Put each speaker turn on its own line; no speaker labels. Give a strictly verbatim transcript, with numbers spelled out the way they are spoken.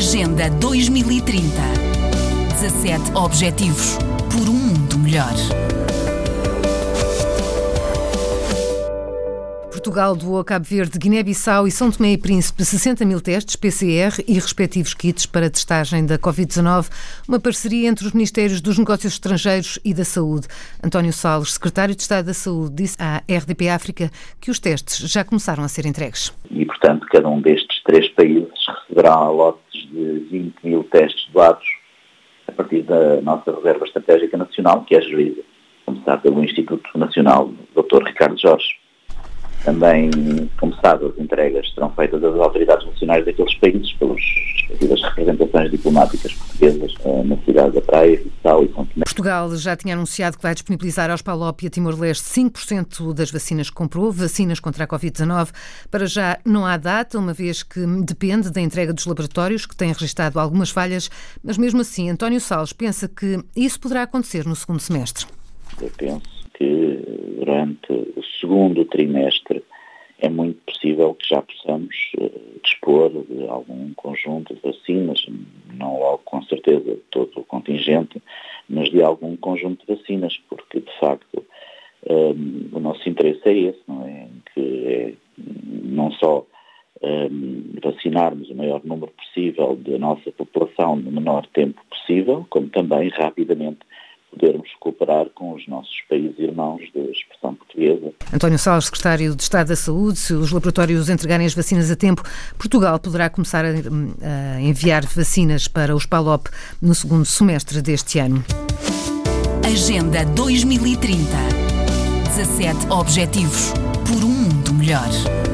Agenda dois mil e trinta. dezassete Objetivos por um mundo melhor.
Portugal doou a Cabo Verde, Guiné-Bissau e São Tomé e Príncipe sessenta mil testes P C R e respectivos kits para testagem da covid dezanove, uma parceria entre os Ministérios dos Negócios Estrangeiros e da Saúde. António Salles, Secretário de Estado da Saúde, disse à R D P África que os testes já começaram a ser entregues.
E, portanto, cada um destes três países receberá lotes de vinte mil testes doados a partir da nossa Reserva Estratégica Nacional, que é gerida, como sabe, pelo Instituto Nacional doutor Ricardo Jorge. Também, como sabe, as entregas serão feitas às autoridades nacionais daqueles países, pelas representações diplomáticas portuguesas na cidade da Praia, Bissau e São Tomé.
Portugal já tinha anunciado que vai disponibilizar aos PALOP e a Timor-Leste cinco por cento das vacinas que comprou, vacinas contra a covid dezanove. Para já não há data, uma vez que depende da entrega dos laboratórios, que têm registrado algumas falhas, mas mesmo assim, António Salles pensa que isso poderá acontecer no segundo semestre.
Eu penso que durante o segundo trimestre é muito possível que já possamos uh, dispor de algum conjunto de vacinas, não logo com certeza todo o contingente, mas de algum conjunto de vacinas, porque de facto um, o nosso interesse é esse, não é? Que é não só um, vacinarmos o maior número possível da nossa população no menor tempo possível, como também rapidamente podermos cooperar com os nossos países irmãos de expressão portuguesa.
António Salles, Secretário de Estado da Saúde, se os laboratórios entregarem as vacinas a tempo, Portugal poderá começar a, a enviar vacinas para os PALOP no segundo semestre deste ano.
Agenda dois mil e trinta. dezassete Objetivos por um mundo melhor.